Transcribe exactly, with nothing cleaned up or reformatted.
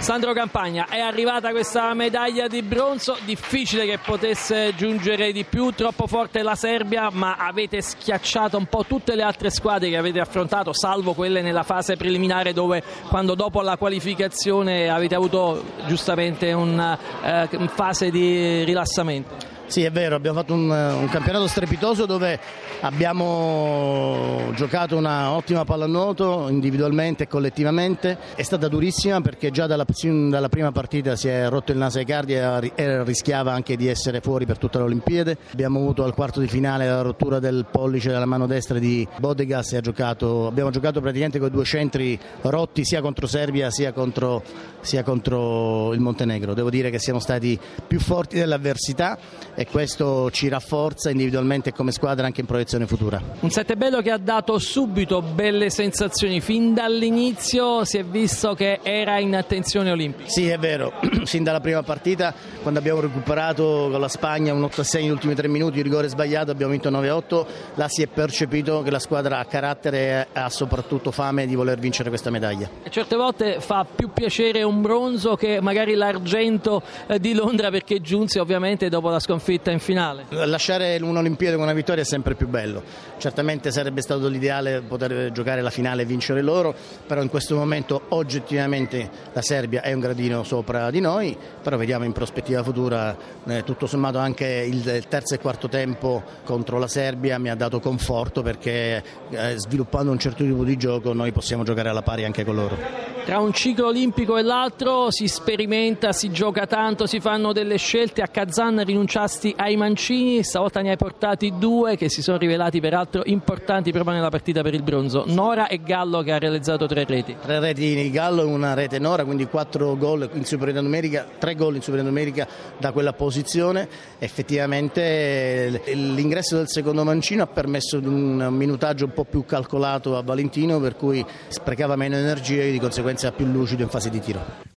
Sandro Campagna, è arrivata questa medaglia di bronzo, difficile che potesse giungere di più, troppo forte la Serbia, ma avete schiacciato un po' tutte le altre squadre che avete affrontato, salvo quelle nella fase preliminare dove quando dopo la qualificazione avete avuto giustamente una eh, fase di rilassamento. Sì, è vero, abbiamo fatto un, un campionato strepitoso dove abbiamo giocato una ottima pallanuoto individualmente e collettivamente. È stata durissima perché già dalla, dalla prima partita si è rotto il naso ai cardi e, e rischiava anche di essere fuori per tutta le Olimpiadi. Abbiamo avuto al quarto di finale la rottura del pollice della mano destra di Bodegas e ha giocato, abbiamo giocato praticamente con due centri rotti sia contro Serbia sia contro, sia contro il Montenegro. Devo dire che siamo stati più forti dell'avversità e questo ci rafforza individualmente come squadra anche in proiezione futura. Un sette bello che ha dato subito belle sensazioni, fin dall'inizio si è visto che era in attenzione olimpica. Sì, è vero, sin dalla prima partita quando abbiamo recuperato con la Spagna un otto a sei negli ultimi tre minuti, il rigore sbagliato, abbiamo vinto nove a otto, là si è percepito che la squadra ha carattere e ha soprattutto fame di voler vincere questa medaglia. E certe volte fa più piacere un bronzo che magari l'argento di Londra, perché giunse ovviamente dopo la sconfitta in finale. Lasciare un'Olimpiade con una vittoria è sempre più bello, certamente sarebbe stato l'ideale poter giocare la finale e vincere loro, però in questo momento oggettivamente la Serbia è un gradino sopra di noi, però vediamo in prospettiva futura, eh, tutto sommato anche il terzo e quarto tempo contro la Serbia mi ha dato conforto perché eh, sviluppando un certo tipo di gioco noi possiamo giocare alla pari anche con loro. Tra un ciclo olimpico e l'altro si sperimenta, si gioca tanto, si fanno delle scelte. A Kazan rinunciasti ai mancini, stavolta ne hai portati due che si sono rivelati peraltro importanti proprio nella partita per il bronzo. Nora e Gallo che ha realizzato tre reti. Tre reti di Gallo e una rete Nora, quindi quattro gol in superiorità numerica, tre gol in superiorità numerica da quella posizione. Effettivamente l'ingresso del secondo mancino ha permesso un minutaggio un po' più calcolato a Valentino, per cui sprecava meno energie e di conseguenza più lucido in fase di tiro.